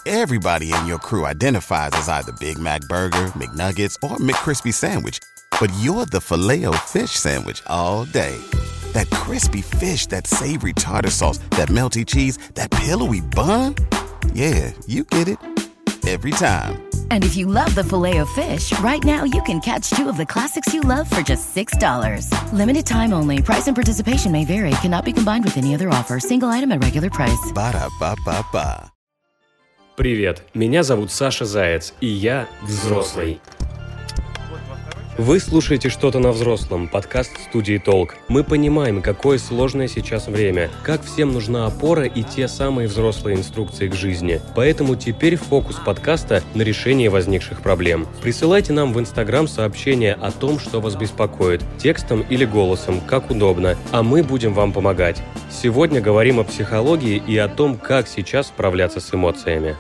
Everybody in your crew identifies as either Big Mac Burger, McNuggets, or McCrispy Sandwich. But you're the Filet-O-Fish Sandwich all day. That crispy fish, that savory tartar sauce, that melty cheese, that pillowy bun. Yeah, you get it. Every time. And if you love the Filet-O-Fish, right now you can catch two of the classics you love for just $6. Limited time only. Price and participation may vary. Cannot be combined with any other offer. Single item at regular price. Ba-da-ba-ba-ba. Привет, меня зовут Саша Заяц, и я взрослый. Вы слушаете «Что-то на взрослом», подкаст студии «Толк». Мы понимаем, какое сложное сейчас время, как всем нужна опора и те самые взрослые инструкции к жизни. Поэтому теперь фокус подкаста на решении возникших проблем. Присылайте нам в Инстаграм сообщения о том, что вас беспокоит, текстом или голосом, как удобно, а мы будем вам помогать. Сегодня говорим о психологии и о том, как сейчас справляться с эмоциями.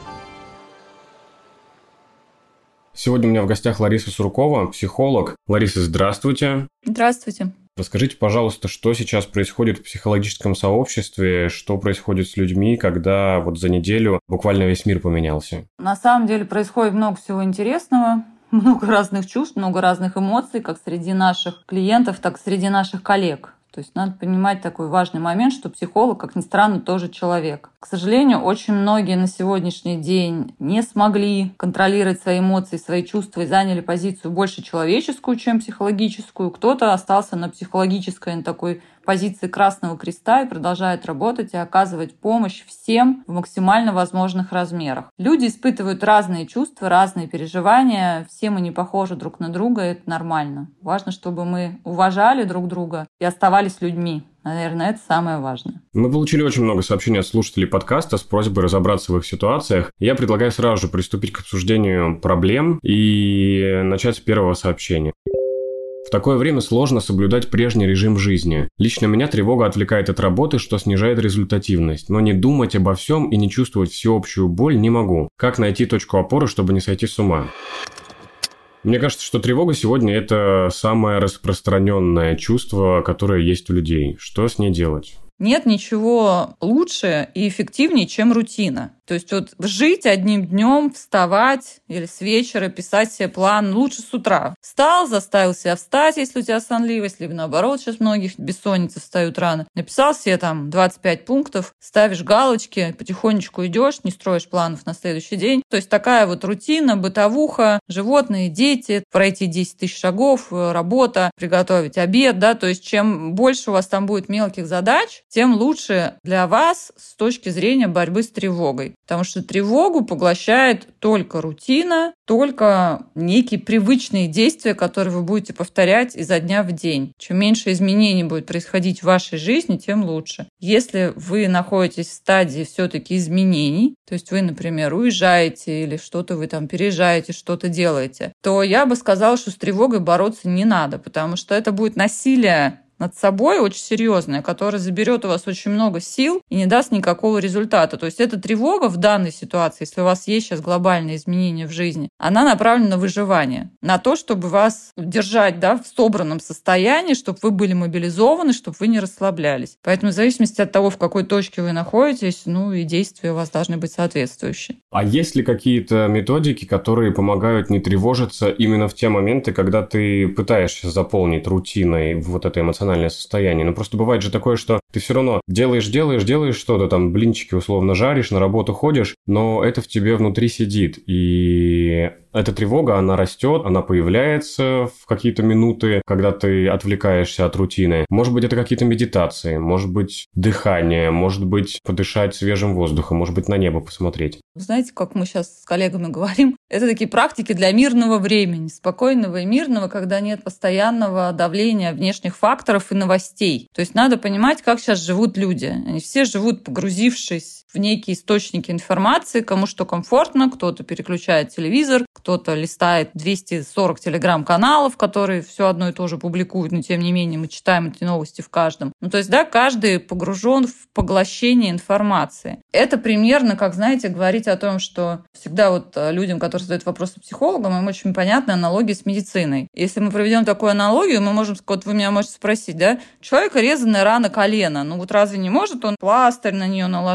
Сегодня у меня в гостях Лариса Суркова, психолог. Лариса, здравствуйте. Здравствуйте. Расскажите, пожалуйста, что сейчас происходит в психологическом сообществе, что происходит с людьми, когда вот за неделю буквально весь мир поменялся? На самом деле происходит много всего интересного, много разных чувств, много разных эмоций, как среди наших клиентов, так и среди наших коллег. То есть надо понимать такой важный момент, что психолог, как ни странно, тоже человек. К сожалению, очень многие на сегодняшний день не смогли контролировать свои эмоции, свои чувства и заняли позицию больше человеческую, чем психологическую. Кто-то остался на психологической, на такой позиции Красного Креста и продолжает работать и оказывать помощь всем в максимально возможных размерах. Люди испытывают разные чувства, разные переживания. Все мы не похожи друг на друга, и это нормально. Важно, чтобы мы уважали друг друга и оставались людьми. Наверное, это самое важное. Мы получили очень много сообщений от слушателей подкаста с просьбой разобраться в их ситуациях. Я предлагаю сразу же приступить к обсуждению проблем и начать с первого сообщения. В такое время сложно соблюдать прежний режим жизни. Лично меня тревога отвлекает от работы, что снижает результативность. Но не думать обо всем и не чувствовать всеобщую боль не могу. Как найти точку опоры, чтобы не сойти с ума? Мне кажется, что тревога сегодня – это самое распространенное чувство, которое есть у людей. Что с ней делать? Нет ничего лучше и эффективнее, чем рутина. То есть вот жить одним днем, вставать или с вечера писать себе план лучше с утра. Встал, заставил себя встать, если у тебя сонливость, либо наоборот, сейчас многих бессонницы встают рано. Написал себе там 25 пунктов, ставишь галочки, потихонечку идешь, не строишь планов на следующий день. То есть такая вот рутина, бытовуха, животные, дети, пройти 10 тысяч шагов, работа, приготовить обед, да, то есть чем больше у вас там будет мелких задач, тем лучше для вас с точки зрения борьбы с тревогой. Потому что тревогу поглощает только рутина, только некие привычные действия, которые вы будете повторять изо дня в день. Чем меньше изменений будет происходить в вашей жизни, тем лучше. Если вы находитесь в стадии все-таки изменений, то есть вы, например, уезжаете или что-то вы там переезжаете, что-то делаете, то я бы сказала, что с тревогой бороться не надо, потому что это будет насилие над собой очень серьезная, которая заберет у вас очень много сил и не даст никакого результата. То есть эта тревога в данной ситуации, если у вас есть сейчас глобальные изменения в жизни, она направлена на выживание, на то, чтобы вас держать, да, в собранном состоянии, чтобы вы были мобилизованы, чтобы вы не расслаблялись. Поэтому в зависимости от того, в какой точке вы находитесь, и действия у вас должны быть соответствующие. А есть ли какие-то методики, которые помогают не тревожиться именно в те моменты, когда ты пытаешься заполнить рутиной вот это эмоциональное состояние? Ну, просто бывает же такое, что ты все равно делаешь что-то, там, блинчики условно жаришь, на работу ходишь, но это в тебе внутри сидит. И эта тревога, она растет, она появляется в какие-то минуты, когда ты отвлекаешься от рутины. Может быть, это какие-то медитации, может быть, дыхание, может быть, подышать свежим воздухом, может быть, на небо посмотреть. Знаете, как мы сейчас с коллегами говорим, это такие практики для мирного времени, спокойного и мирного, когда нет постоянного давления внешних факторов и новостей. То есть надо понимать, как сейчас живут люди. Они все живут, погрузившись в некие источники информации, кому что комфортно, кто-то переключает телевизор, кто-то листает 240 телеграм-каналов, которые все одно и то же публикуют, но тем не менее мы читаем эти новости в каждом. То есть, да, каждый погружен в поглощение информации. Это примерно, как, знаете, говорить о том, что всегда вот людям, которые задают вопросы психологам, им очень понятны аналогии с медициной. Если мы проведем такую аналогию, мы можем, вот вы меня можете спросить, да, у человека резаная рана колена, разве не может он пластырь на нее наложить или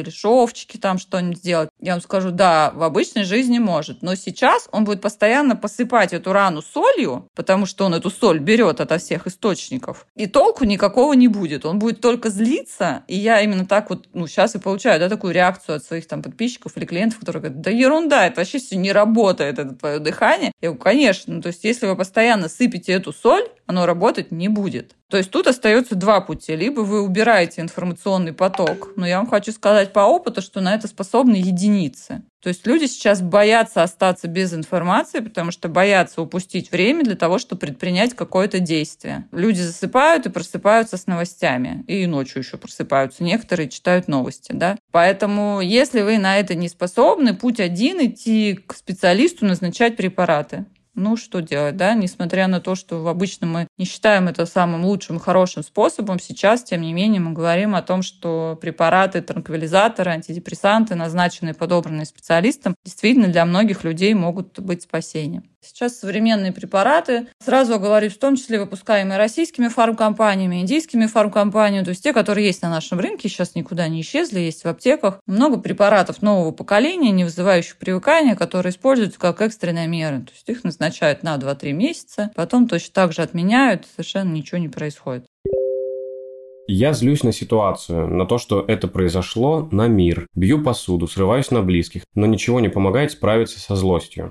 или шовчики там что-нибудь сделать. Я вам скажу, да, в обычной жизни может. Но сейчас он будет постоянно посыпать эту рану солью, потому что он эту соль берет ото всех источников. И толку никакого не будет. Он будет только злиться. И я именно так вот, сейчас и получаю, да, такую реакцию от своих там подписчиков или клиентов, которые говорят, да ерунда, это вообще все не работает, это твое дыхание. Я говорю, конечно. То есть если вы постоянно сыпете эту соль, оно работать не будет. То есть тут остается два пути. Либо вы убираете информационный поток, но я вам хочу сказать по опыту, что на это способны единицы. То есть люди сейчас боятся остаться без информации, потому что боятся упустить время для того, чтобы предпринять какое-то действие. Люди засыпают и просыпаются с новостями. И ночью еще просыпаются. Некоторые читают новости, да. Поэтому, если вы на это не способны, путь один — идти к специалисту, назначать препараты. Что делать, да? Несмотря на то, что обычно мы не считаем это самым лучшим и хорошим способом, сейчас, тем не менее, мы говорим о том, что препараты, транквилизаторы, антидепрессанты, назначенные, подобранные специалистом, действительно для многих людей могут быть спасением. Сейчас современные препараты, сразу оговорюсь, в том числе выпускаемые российскими фармкомпаниями, индийскими фармкомпаниями, то есть те, которые есть на нашем рынке, сейчас никуда не исчезли, есть в аптеках. Много препаратов нового поколения, не вызывающих привыкания, которые используются как экстренная мера. То есть их назначают на 2-3 месяца, потом точно так же отменяют, совершенно ничего не происходит. Я злюсь на ситуацию, на то, что это произошло, на мир. Бью посуду, срываюсь на близких, но ничего не помогает справиться со злостью.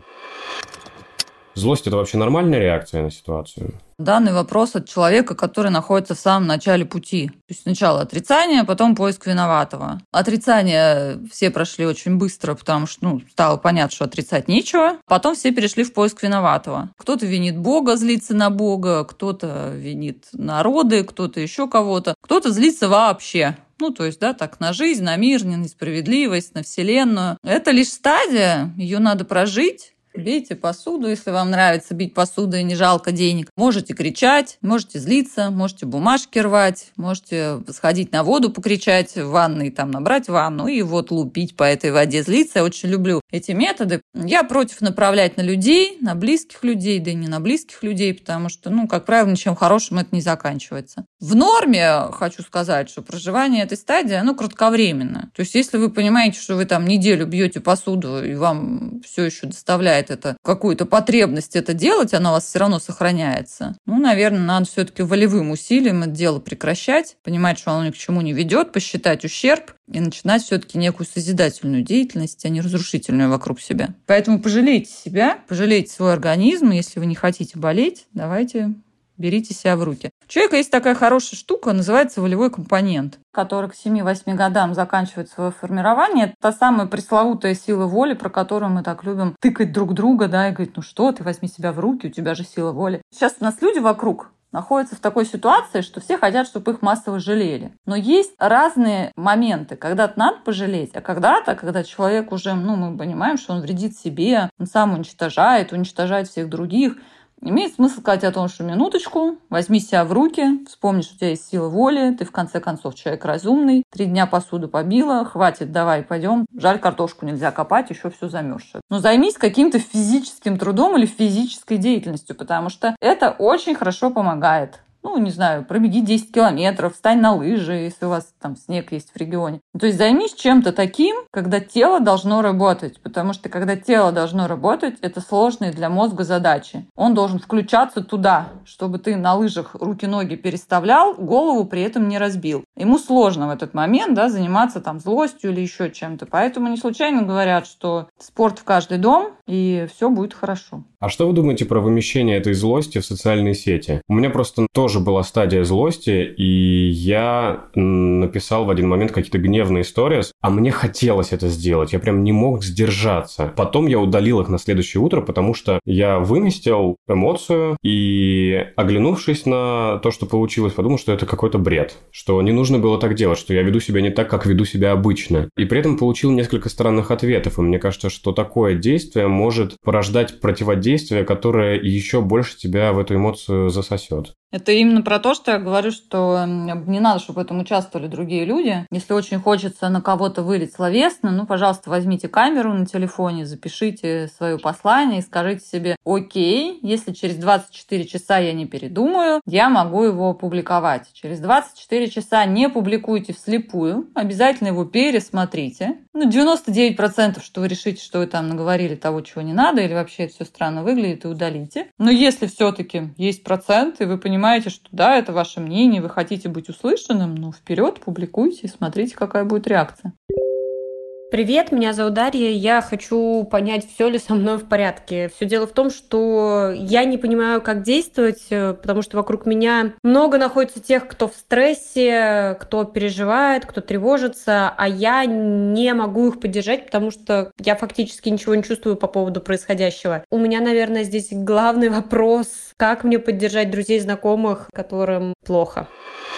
Злость – это вообще нормальная реакция на ситуацию? Данный вопрос от человека, который находится в самом начале пути. То есть сначала отрицание, потом поиск виноватого. Отрицание все прошли очень быстро, потому что стало понятно, что отрицать нечего. Потом все перешли в поиск виноватого. Кто-то винит Бога, злится на Бога, кто-то винит народы, кто-то еще кого-то, кто-то злится вообще. То есть, да, так на жизнь, на мир, на несправедливость, на вселенную. Это лишь стадия, ее надо прожить. Бейте посуду, если вам нравится бить посуду и не жалко денег. Можете кричать, можете злиться, можете бумажки рвать, можете сходить на воду покричать, в ванной там набрать ванну и лупить по этой воде, злиться. Я очень люблю эти методы. Я против направлять на людей, на близких людей, да и не на близких людей, потому что, как правило, ничем хорошим это не заканчивается. В норме хочу сказать, что проживание этой стадии, кратковременно. То есть, если вы понимаете, что вы там неделю бьете посуду и вам все еще доставляет это какую-то потребность это делать, она у вас все равно сохраняется. Наверное, надо все-таки волевым усилием это дело прекращать, понимать, что оно ни к чему не ведет, посчитать ущерб и начинать все-таки некую созидательную деятельность, а не разрушительную вокруг себя. Поэтому пожалейте себя, пожалейте свой организм, и если вы не хотите болеть, давайте берите себя в руки. У человека есть такая хорошая штука, называется волевой компонент, который к 7-8 годам заканчивает свое формирование. Это та самая пресловутая сила воли, про которую мы так любим тыкать друг друга, да, и говорить, что ты, возьми себя в руки, у тебя же сила воли. Сейчас у нас люди вокруг находятся в такой ситуации, что все хотят, чтобы их массово жалели. Но есть разные моменты. Когда-то надо пожалеть, а когда-то, когда человек уже, мы понимаем, что он вредит себе, он сам уничтожает всех других, имеет смысл сказать о том, что минуточку, возьми себя в руки, вспомни, что у тебя есть сила воли, ты в конце концов человек разумный, 3 дня посуду побила, хватит, давай, пойдем. Жаль, картошку нельзя копать, еще все замерзшее. Но займись каким-то физическим трудом или физической деятельностью, потому что это очень хорошо помогает. Пробеги 10 километров, встань на лыжи, если у вас там снег есть в регионе. То есть займись чем-то таким, когда тело должно работать. Потому что когда тело должно работать, это сложные для мозга задачи. Он должен включаться туда, чтобы ты на лыжах руки-ноги переставлял, голову при этом не разбил. Ему сложно в этот момент, заниматься злостью или еще чем-то. Поэтому не случайно говорят, что спорт в каждый дом, и все будет хорошо. А что вы думаете про вымещение этой злости в социальные сети? У меня просто тоже была стадия злости, и я написал в один момент какие-то гневные сторис, а мне хотелось это сделать, я прям не мог сдержаться. Потом я удалил их на следующее утро, потому что я выместил эмоцию и, оглянувшись на то, что получилось, подумал, что это какой-то бред, что не нужно было так делать, что я веду себя не так, как веду себя обычно. И при этом получил несколько странных ответов, и мне кажется, что такое действие может порождать противодействие, которое еще больше тебя в эту эмоцию засосет. Это именно именно про то, что я говорю, что не надо, чтобы в этом участвовали другие люди. Если очень хочется на кого-то вылить словесно, ну, пожалуйста, возьмите камеру на телефоне, запишите свое послание и скажите себе: окей, если через 24 часа я не передумаю, я могу его опубликовать. Через 24 часа не публикуйте вслепую, обязательно его пересмотрите. 99%, что вы решите, что вы там наговорили того, чего не надо, или вообще это все странно выглядит, и удалите. Но если все-таки есть процент, и вы понимаете, что да, это ваше мнение, вы хотите быть услышанным, ну, вперед, публикуйте и смотрите, какая будет реакция. Привет, меня зовут Дарья. Я хочу понять, все ли со мной в порядке. Все дело в том, что я не понимаю, как действовать, потому что вокруг меня много находится тех, кто в стрессе, кто переживает, кто тревожится, а я не могу их поддержать, потому что я фактически ничего не чувствую по поводу происходящего. У меня, наверное, здесь главный вопрос: как мне поддержать друзей, знакомых, которым плохо?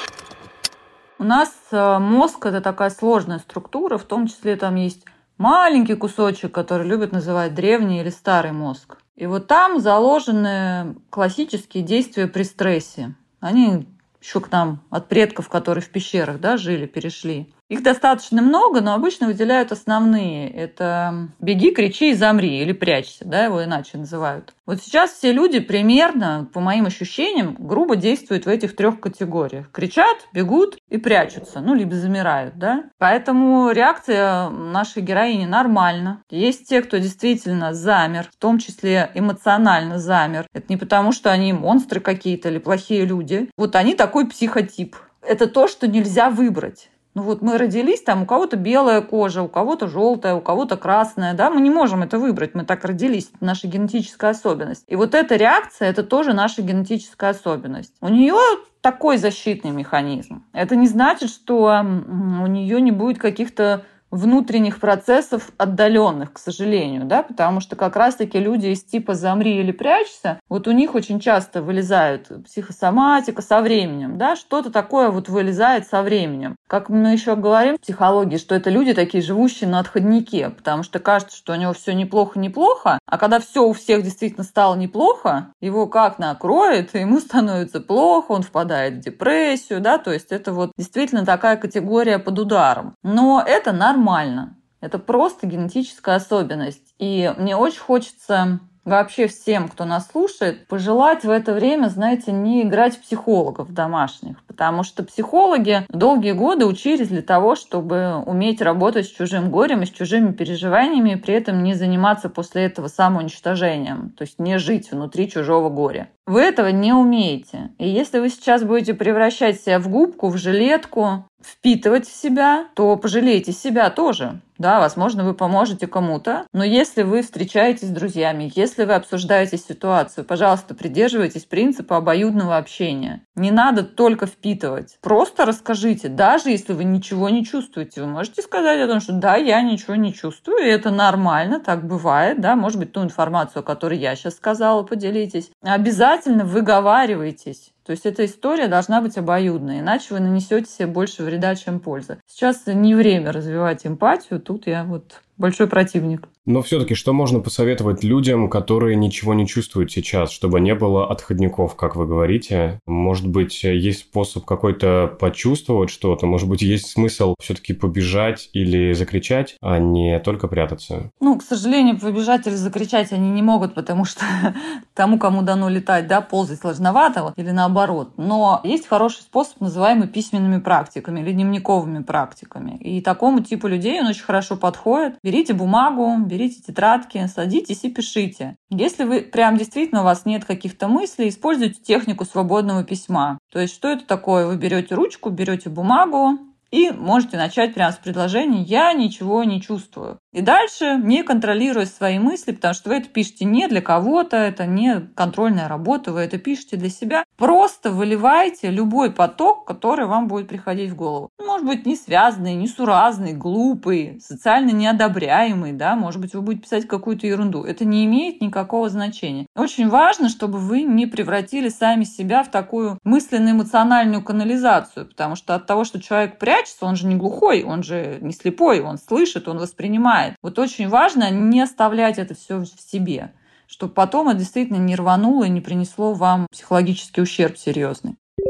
У нас мозг – это такая сложная структура, в том числе там есть маленький кусочек, который любят называть древний или старый мозг. И вот там заложены классические действия при стрессе. Они еще к нам от предков, которые в пещерах, да, жили, перешли. Их достаточно много, но обычно выделяют основные. Это «беги, кричи и замри» или «прячься», да, его иначе называют. Вот сейчас все люди примерно, по моим ощущениям, грубо действуют в этих 3 категориях. Кричат, бегут и прячутся, ну, либо замирают, да. Поэтому реакция нашей героини нормальна. Есть те, кто действительно замер, в том числе эмоционально замер. Это не потому, что они монстры какие-то или плохие люди. Вот они такой психотип. Это то, что нельзя выбрать. Ну вот мы родились, там у кого-то белая кожа, у кого-то желтая, у кого-то красная, да, мы не можем это выбрать, мы так родились, это наша генетическая особенность. И вот эта реакция, это тоже наша генетическая особенность. У нее такой защитный механизм. Это не значит, что у нее не будет каких-то внутренних процессов отдаленных, к сожалению, да, потому что как раз-таки люди из типа «замри» или «прячься», вот у них очень часто вылезает психосоматика со временем, да, что-то такое вот вылезает со временем. Как мы еще говорим в психологии, что это люди такие, живущие на отходнике, потому что кажется, что у него все неплохо, а когда все у всех действительно стало неплохо, его как накроет, и ему становится плохо, он впадает в депрессию, да, то есть это вот действительно такая категория под ударом. Но это нормально. Это просто генетическая особенность. И мне очень хочется вообще всем, кто нас слушает, пожелать в это время, знаете, не играть в психологов домашних. Потому что психологи долгие годы учились для того, чтобы уметь работать с чужим горем и с чужими переживаниями, и при этом не заниматься после этого самоуничтожением, то есть не жить внутри чужого горя. Вы этого не умеете. И если вы сейчас будете превращать себя в губку, в жилетку, впитывать в себя, то пожалейте себя тоже. Да, возможно, вы поможете кому-то, но если вы встречаетесь с друзьями, если вы обсуждаете ситуацию, пожалуйста, придерживайтесь принципа обоюдного общения. Не надо только впитывать. Просто расскажите, даже если вы ничего не чувствуете. Вы можете сказать о том, что да, я ничего не чувствую, и это нормально, так бывает, да, может быть, ту информацию, о которой я сейчас сказала, поделитесь. Обязательно выговаривайтесь. То есть эта история должна быть обоюдной, иначе вы нанесете себе больше вреда, чем пользы. Сейчас не время развивать эмпатию, тут я вот большой противник. Но все-таки что можно посоветовать людям, которые ничего не чувствуют сейчас, чтобы не было отходников, как вы говорите? Может быть, есть способ какой-то почувствовать что-то? Может быть, есть смысл все-таки побежать или закричать, а не только прятаться? Ну, к сожалению, побежать или закричать они не могут, потому что тому, кому дано летать, да, ползать сложновато или наоборот. Но есть хороший способ, называемый письменными практиками или дневниковыми практиками. И такому типу людей он очень хорошо подходит. Берите бумагу, берите тетрадки, садитесь и пишите. Если вы прям действительно у вас нет каких-то мыслей, используйте технику свободного письма. То есть что это такое? Вы берете ручку, берете бумагу и можете начать прямо с предложения «я ничего не чувствую». И дальше, не контролируя свои мысли, потому что вы это пишете не для кого-то, это не контрольная работа, вы это пишете для себя. Просто выливайте любой поток, который вам будет приходить в голову. Может быть, не связанный, несуразный, глупый, социально неодобряемый, да, может быть, вы будете писать какую-то ерунду. Это не имеет никакого значения. Очень важно, чтобы вы не превратили сами себя в такую мысленно-эмоциональную канализацию, потому что от того, что человек прячется, он же не глухой, он же не слепой, он слышит, он воспринимает. Вот очень важно не оставлять это все в себе, чтобы потом это действительно не рвануло и не принесло вам психологический ущерб серьезный.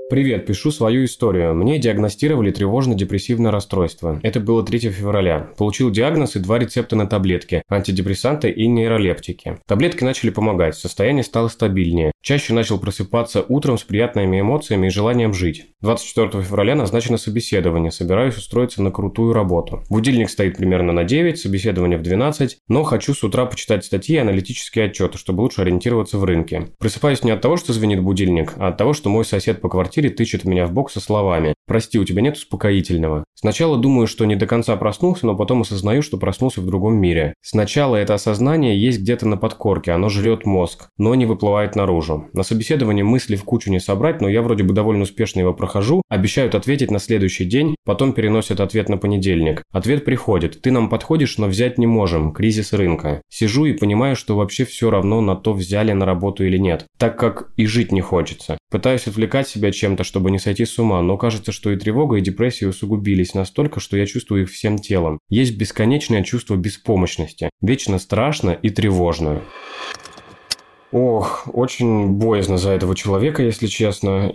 Привет, пишу свою историю. Мне диагностировали тревожно-депрессивное расстройство. Это было 3 февраля. Получил диагноз и 2 рецепта на таблетки, антидепрессанты и нейролептики. Таблетки начали помогать, состояние стало стабильнее. Чаще начал просыпаться утром с приятными эмоциями и желанием жить. 24 февраля назначено собеседование, собираюсь устроиться на крутую работу. Будильник стоит примерно на 9, собеседование в 12, но хочу с утра почитать статьи и аналитические отчеты, чтобы лучше ориентироваться в рынке. Просыпаюсь не от того, что звенит будильник, а от того, что мой сосед по квартире тычет меня в бок со словами: «Прости, у тебя нет успокоительного». Сначала думаю, что не до конца проснулся, но потом осознаю, что проснулся в другом мире. Сначала это осознание есть где-то на подкорке, оно жрет мозг, но не выплывает наружу. На собеседовании мысли в кучу не собрать, но я вроде бы довольно успешно его прохожу, обещают ответить на следующий день, потом переносят ответ на понедельник. Ответ приходит: «Ты нам подходишь, но взять не можем, кризис рынка». Сижу и понимаю, что вообще все равно на то, взяли на работу или нет, так как и жить не хочется. Пытаюсь отвлекать себя чем-то, чтобы не сойти с ума, но кажется, что и тревога, и депрессия усугубились настолько, что я чувствую их всем телом. Есть бесконечное чувство беспомощности. Вечно страшно и тревожно. Ох, очень боязно за этого человека, если честно,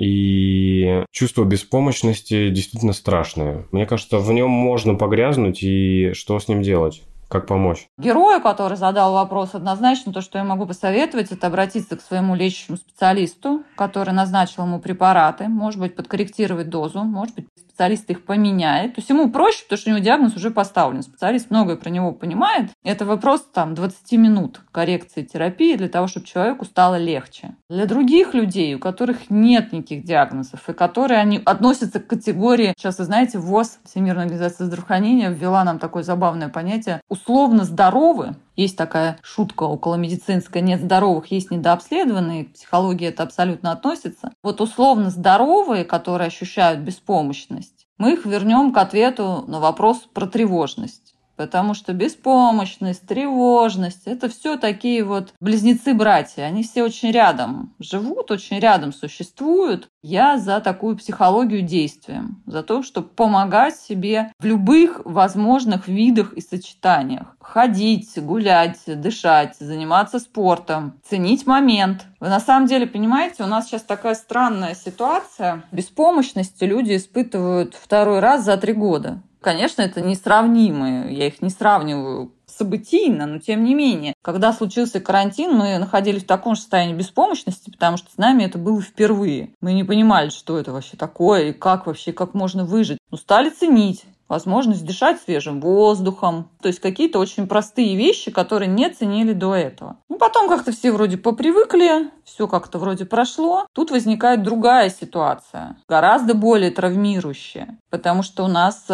и чувство беспомощности действительно страшное. Мне кажется, в нем можно погрязнуть, и что с ним делать? Как помочь? Герою, который задал вопрос, однозначно то, что я могу посоветовать, это обратиться к своему лечащему специалисту, который назначил ему препараты, может быть, подкорректировать дозу, может быть, специалист их поменяет. То есть ему проще, потому что у него диагноз уже поставлен. Специалист многое про него понимает. Это вопрос 20 минут коррекции терапии для того, чтобы человеку стало легче. Для других людей, у которых нет никаких диагнозов, и которые они относятся к категории, сейчас, вы знаете, ВОЗ, Всемирная организация здравоохранения, ввела нам такое забавное понятие условно здоровы. Есть такая шутка околомедицинская: нет здоровых, есть недообследованные. К психологии это абсолютно относится. Вот условно здоровые, которые ощущают беспомощность, мы их вернем к ответу на вопрос про тревожность. Потому что беспомощность, тревожность – это все такие близнецы-братья. Они все очень рядом живут, очень рядом существуют. Я за такую психологию действия, за то, чтобы помогать себе в любых возможных видах и сочетаниях. Ходить, гулять, дышать, заниматься спортом, ценить момент. Вы на самом деле понимаете, у нас сейчас такая странная ситуация. Беспомощности люди испытывают 2-й раз за 3 года. Конечно, это несравнимые, я их не сравниваю событийно, но тем не менее. Когда случился карантин, мы находились в таком же состоянии беспомощности, потому что с нами это было впервые. Мы не понимали, что это вообще такое и как можно выжить. Но стали ценить возможность дышать свежим воздухом. То есть какие-то очень простые вещи, которые не ценили до этого. Потом как-то все вроде попривыкли, все как-то вроде прошло. Тут возникает другая ситуация, гораздо более травмирующая. Потому что у нас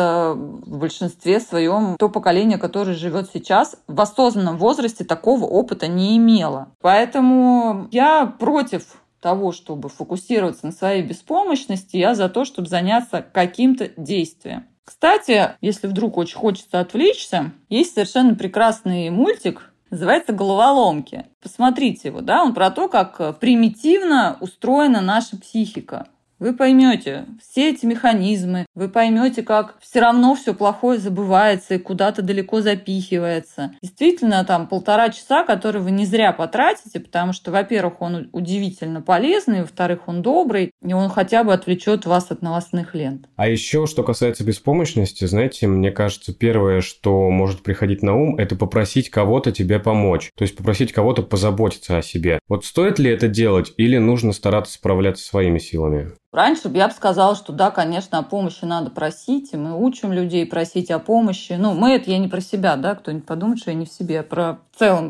в большинстве своем то поколение, которое живет сейчас, в осознанном возрасте такого опыта не имело. Поэтому я против того, чтобы фокусироваться на своей беспомощности, я за то, чтобы заняться каким-то действием. Кстати, если вдруг очень хочется отвлечься, есть совершенно прекрасный мультик, называется «Головоломки». Посмотрите его, он про то, как примитивно устроена наша психика. Вы поймете все эти механизмы, вы поймете, как все равно все плохое забывается и куда-то далеко запихивается. Действительно, 1,5 часа, которые вы не зря потратите, потому что, во-первых, он удивительно полезный, во-вторых, он добрый, и он хотя бы отвлечет вас от новостных лент. А еще, что касается беспомощности, знаете, мне кажется, первое, что может приходить на ум, это попросить кого-то тебе помочь. То есть попросить кого-то позаботиться о себе. Стоит ли это делать или нужно стараться справляться своими силами? Раньше я бы сказала, что да, конечно, о помощи надо просить, и мы учим людей просить о помощи. Я не про себя, кто-нибудь подумает, что я не в себе, а про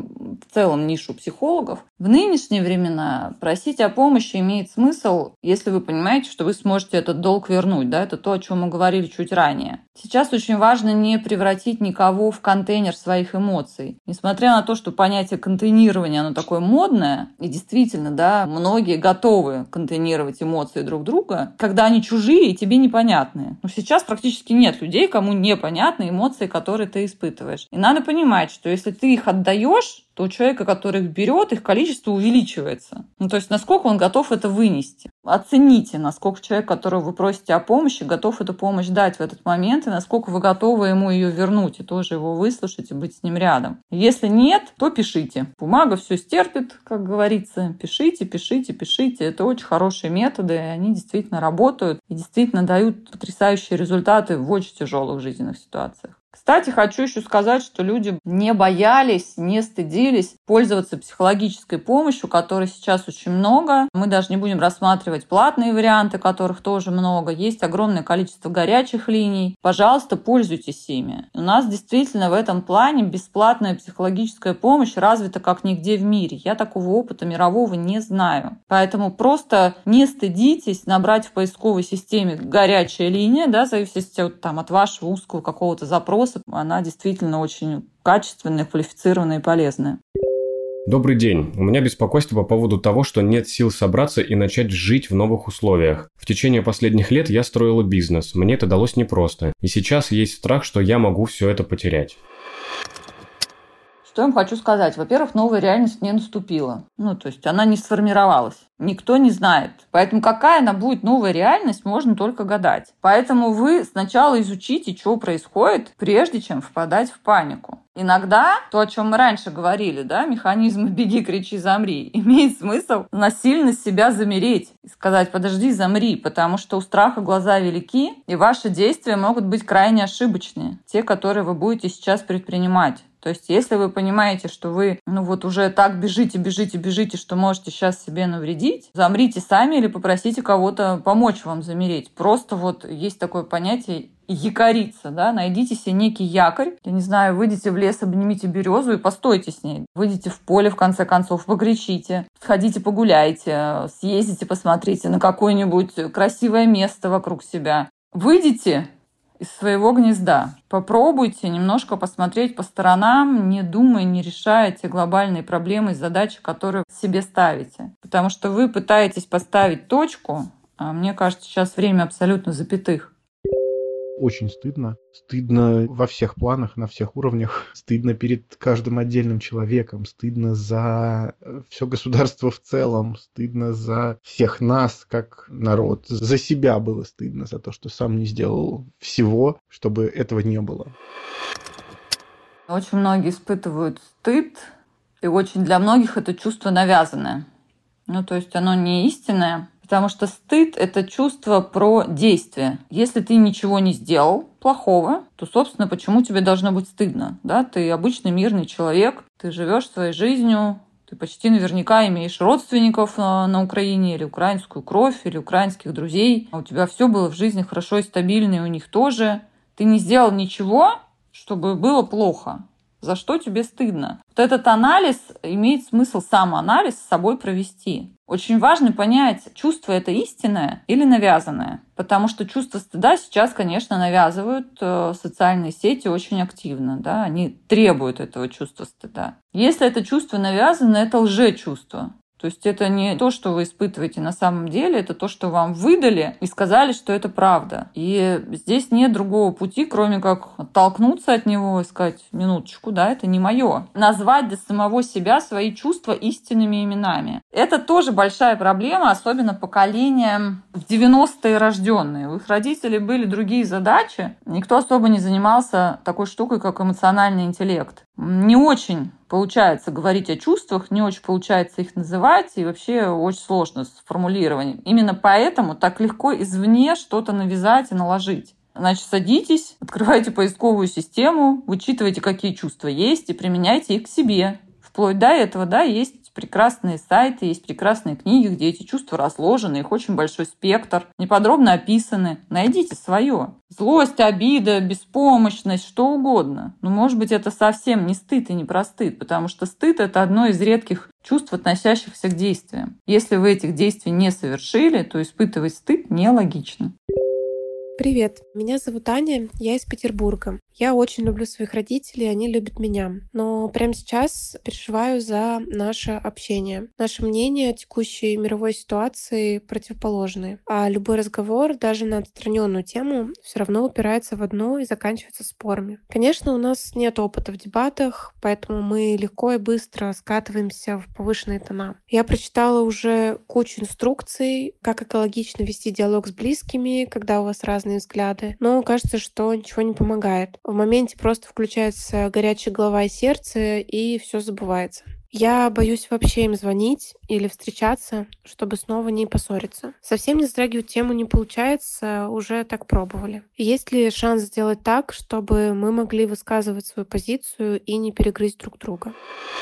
в целом нишу психологов. В нынешние времена просить о помощи имеет смысл, если вы понимаете, что вы сможете этот долг вернуть. Это то, о чем мы говорили чуть ранее. Сейчас очень важно не превратить никого в контейнер своих эмоций. Несмотря на то, что понятие контейнирования, оно такое модное, и действительно, многие готовы контейнировать эмоции друг друга, когда они чужие и тебе непонятные. Но сейчас практически нет людей, кому непонятны эмоции, которые ты испытываешь. И надо понимать, что если ты их отдаешь, то у человека, который их берет, их количество увеличивается. То есть насколько он готов это вынести. Оцените, насколько человек, которого вы просите о помощи, готов эту помощь дать в этот момент, и насколько вы готовы ему ее вернуть, и тоже его выслушать, и быть с ним рядом. Если нет, то пишите. Бумага все стерпит, как говорится. Пишите, пишите, пишите. Это очень хорошие методы, и они действительно работают и действительно дают потрясающие результаты в очень тяжелых жизненных ситуациях. Кстати, хочу еще сказать, что люди не боялись, не стыдились пользоваться психологической помощью, которой сейчас очень много. Мы даже не будем рассматривать платные варианты, которых тоже много. Есть огромное количество горячих линий. Пожалуйста, пользуйтесь ими. У нас действительно в этом плане бесплатная психологическая помощь развита как нигде в мире. Я такого опыта мирового не знаю. Поэтому просто не стыдитесь набрать в поисковой системе «горячая линия», в зависимости от вашего узкого какого-то запроса. Она действительно очень качественная, квалифицированная и полезная. Добрый день. У меня беспокойство по поводу того, что нет сил собраться и начать жить в новых условиях. В течение последних лет я строила бизнес. Мне это далось непросто. И сейчас есть страх, что я могу все это потерять. Что я вам хочу сказать? Во-первых, новая реальность не наступила. То есть она не сформировалась. Никто не знает. Поэтому какая она будет новая реальность, можно только гадать. Поэтому вы сначала изучите, что происходит, прежде чем впадать в панику. Иногда то, о чем мы раньше говорили, механизм «беги, кричи, замри», имеет смысл насильно себя замереть и сказать «подожди, замри», потому что у страха глаза велики, и ваши действия могут быть крайне ошибочные, те, которые вы будете сейчас предпринимать. То есть, если вы понимаете, что вы уже так бежите, что можете сейчас себе навредить, замрите сами или попросите кого-то помочь вам замереть. Просто есть такое понятие якориться, найдите себе некий якорь. Я не знаю, выйдите в лес, обнимите березу и постойте с ней. Выйдите в поле, в конце концов, покричите. Сходите погуляйте, съездите, посмотрите на какое-нибудь красивое место вокруг себя. Выйдите из своего гнезда. Попробуйте немножко посмотреть по сторонам, не думая, не решая те глобальные проблемы и задачи, которые себе ставите. Потому что вы пытаетесь поставить точку, а мне кажется, сейчас время абсолютно запятых. Очень стыдно. Стыдно во всех планах, на всех уровнях. Стыдно перед каждым отдельным человеком. Стыдно за все государство в целом. Стыдно за всех нас, как народ. За себя было стыдно, за то, что сам не сделал всего, чтобы этого не было. Очень многие испытывают стыд, и очень для многих это чувство навязанное. То есть оно не истинное. Потому что стыд – это чувство про действие. Если ты ничего не сделал плохого, то, собственно, почему тебе должно быть стыдно? Ты обычный мирный человек, ты живешь своей жизнью, ты почти наверняка имеешь родственников на Украине, или украинскую кровь, или украинских друзей. А у тебя все было в жизни хорошо и стабильно, и у них тоже. Ты не сделал ничего, чтобы было плохо. За что тебе стыдно? Этот анализ имеет смысл самоанализ с собой провести. Очень важно понять, чувство это истинное или навязанное. Потому что чувство стыда сейчас, конечно, навязывают социальные сети очень активно. Они требуют этого чувства стыда. Если это чувство навязано, это лжечувство. То есть это не то, что вы испытываете на самом деле, это то, что вам выдали и сказали, что это правда. И здесь нет другого пути, кроме как оттолкнуться от него и сказать: минуточку, это не мое. Назвать для самого себя свои чувства истинными именами. Это тоже большая проблема, особенно поколением в 90-е рожденные. У их родителей были другие задачи. Никто особо не занимался такой штукой, как эмоциональный интеллект. Не очень получается говорить о чувствах, не очень получается их называть, и вообще очень сложно с формулированием. Именно поэтому так легко извне что-то навязать и наложить. Значит, садитесь, открывайте поисковую систему, вычитывайте, какие чувства есть, и применяйте их к себе. Вплоть до этого, есть прекрасные сайты, есть прекрасные книги, где эти чувства разложены, их очень большой спектр, неподробно описаны. Найдите свое. Злость, обида, беспомощность, что угодно. Но, может быть, это совсем не стыд и не про стыд, потому что стыд – это одно из редких чувств, относящихся к действиям. Если вы этих действий не совершили, то испытывать стыд нелогично. Привет, меня зовут Аня, я из Петербурга. Я очень люблю своих родителей, они любят меня. Но прямо сейчас переживаю за наше общение. Наши мнения о текущей мировой ситуации противоположны. А любой разговор, даже на отстраненную тему, все равно упирается в одно и заканчивается спорами. Конечно, у нас нет опыта в дебатах, поэтому мы легко и быстро скатываемся в повышенные тона. Я прочитала уже кучу инструкций, как экологично вести диалог с близкими, когда у вас разные взгляды. Но кажется, что ничего не помогает. В моменте просто включается горячая голова и сердце, и все забывается. Я боюсь вообще им звонить или встречаться, чтобы снова не поссориться. Совсем не затрагивать тему не получается, уже так пробовали. Есть ли шанс сделать так, чтобы мы могли высказывать свою позицию и не перегрызть друг друга?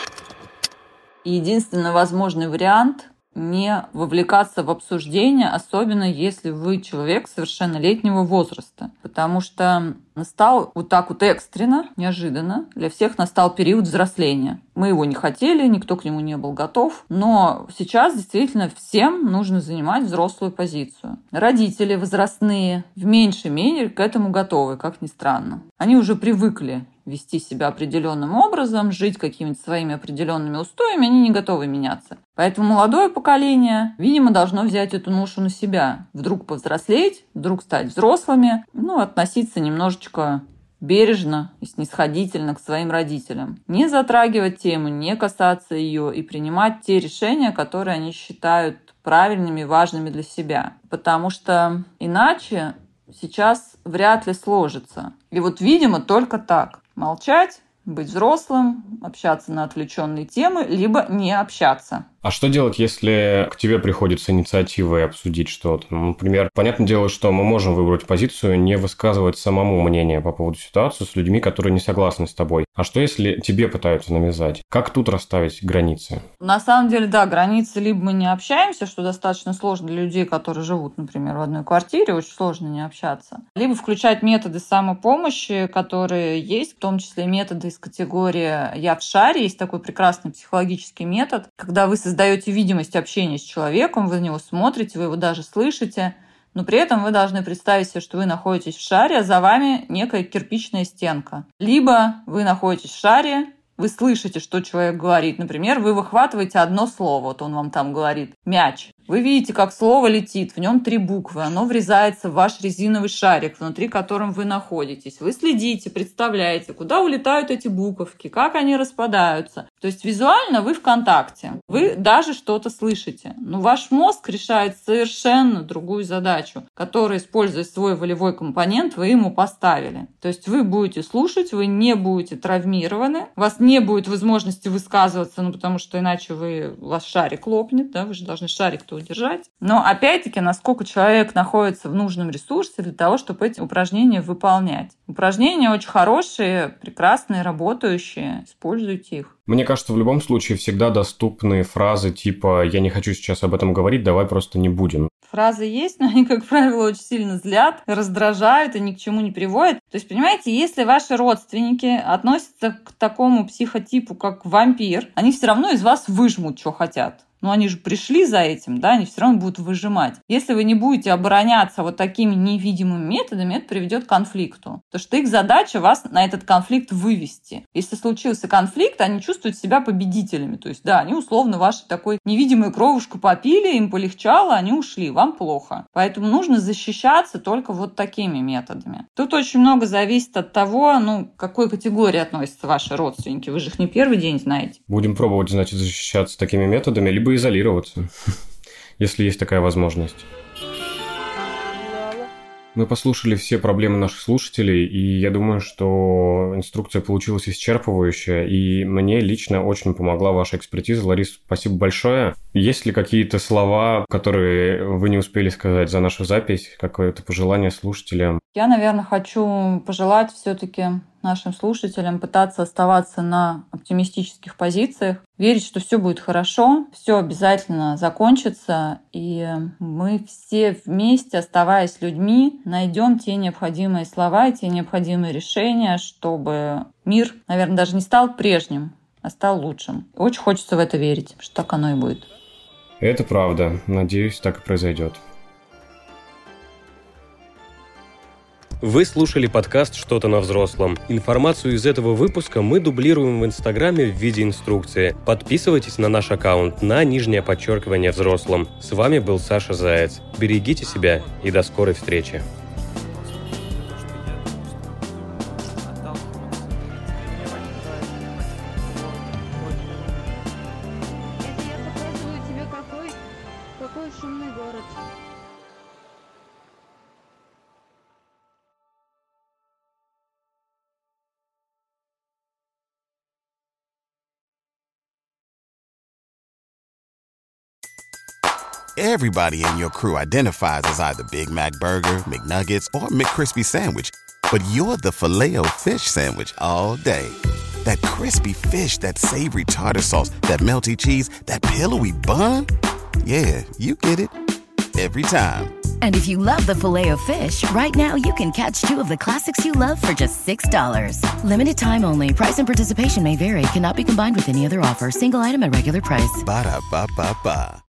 Единственный возможный вариант — не вовлекаться в обсуждение, особенно если вы человек совершеннолетнего возраста. Потому что настал вот так вот экстренно, неожиданно, для всех настал период взросления. Мы его не хотели, никто к нему не был готов, но сейчас действительно всем нужно занимать взрослую позицию. Родители возрастные в меньшей мере к этому готовы, как ни странно. Они уже привыкли вести себя определенным образом, жить какими-то своими определенными устоями, они не готовы меняться. Поэтому молодое поколение, видимо, должно взять эту ношу на себя. Вдруг повзрослеть, вдруг стать взрослыми, относиться немножечко бережно и снисходительно к своим родителям. Не затрагивать тему, не касаться ее и принимать те решения, которые они считают правильными и важными для себя. Потому что иначе сейчас вряд ли сложится. И видимо, только так. Молчать, быть взрослым, общаться на отвлеченные темы, либо не общаться. А что делать, если к тебе приходит с инициативой обсудить что-то? Например, понятное дело, что мы можем выбрать позицию, не высказывать самому мнение по поводу ситуации с людьми, которые не согласны с тобой. А что, если тебе пытаются навязать? Как тут расставить границы? На самом деле, да, границы либо мы не общаемся, что достаточно сложно для людей, которые живут, например, в одной квартире, очень сложно не общаться. Либо включать методы самопомощи, которые есть, в том числе методы из категории «я в шаре». Есть такой прекрасный психологический метод, когда вы создаете видимость общения с человеком, вы на него смотрите, вы его даже слышите, но при этом вы должны представить себе, что вы находитесь в шаре, а за вами некая кирпичная стенка. Либо вы находитесь в шаре, вы слышите, что человек говорит. Например, вы выхватываете одно слово, он вам там говорит «мяч». Вы видите, как слово летит, в нем 3 буквы, оно врезается в ваш резиновый шарик, внутри которым вы находитесь. Вы следите, представляете, куда улетают эти буковки, как они распадаются. То есть визуально вы в контакте, вы даже что-то слышите. Но ваш мозг решает совершенно другую задачу, которую, используя свой волевой компонент, вы ему поставили. То есть вы будете слушать, вы не будете травмированы, у вас не будет возможности высказываться, потому что иначе у вас шарик лопнет, да, вы же должны шарик-то удержать. Но опять-таки, насколько человек находится в нужном ресурсе для того, чтобы эти упражнения выполнять. Упражнения очень хорошие, прекрасные, работающие. Используйте их. Мне кажется, в любом случае всегда доступны фразы типа «я не хочу сейчас об этом говорить, давай просто не будем». Фразы есть, но они, как правило, очень сильно злят, раздражают и ни к чему не приводят. То есть, понимаете, если ваши родственники относятся к такому психотипу, как вампир, они все равно из вас выжмут, что хотят. Но они же пришли за этим, да, они все равно будут выжимать. Если вы не будете обороняться такими невидимыми методами, это приведет к конфликту. Потому что их задача вас на этот конфликт вывести. Если случился конфликт, они чувствуют себя победителями. То есть, да, они условно вашей такой невидимую кровушку попили, им полегчало, они ушли, вам плохо. Поэтому нужно защищаться только такими методами. Тут очень много зависит от того, к какой категории относятся ваши родственники. Вы же их не первый день знаете. Будем пробовать, значит, защищаться такими методами, либо изолироваться, если есть такая возможность. Мы послушали все проблемы наших слушателей, и я думаю, что инструкция получилась исчерпывающая, и мне лично очень помогла ваша экспертиза. Ларис, спасибо большое. Есть ли какие-то слова, которые вы не успели сказать за нашу запись, какое-то пожелание слушателям? Я, наверное, хочу пожелать все-таки нашим слушателям пытаться оставаться на оптимистических позициях, верить, что все будет хорошо, все обязательно закончится, и мы все вместе, оставаясь людьми, найдем те необходимые слова и те необходимые решения, чтобы мир, наверное, даже не стал прежним, а стал лучшим. Очень хочется в это верить, что так оно и будет. Это правда. Надеюсь, так и произойдет. Вы слушали подкаст «Что-то на взрослом». Информацию из этого выпуска мы дублируем в Инстаграме в виде инструкции. Подписывайтесь на наш аккаунт на __ взрослым. С вами был Саша Заяц. Берегите себя и до скорой встречи. Какой шумный город. Everybody in your crew identifies as either Big Mac Burger, McNuggets, or McCrispy Sandwich. But you're the Filet-O-Fish Sandwich all day. That crispy fish, that savory tartar sauce, that melty cheese, that pillowy bun. Yeah, you get it. Every time. And if you love the Filet-O-Fish, right now you can catch 2 of the classics you love for just $6. Limited time only. Price and participation may vary. Cannot be combined with any other offer. Single item at regular price. Ba-da-ba-ba-ba.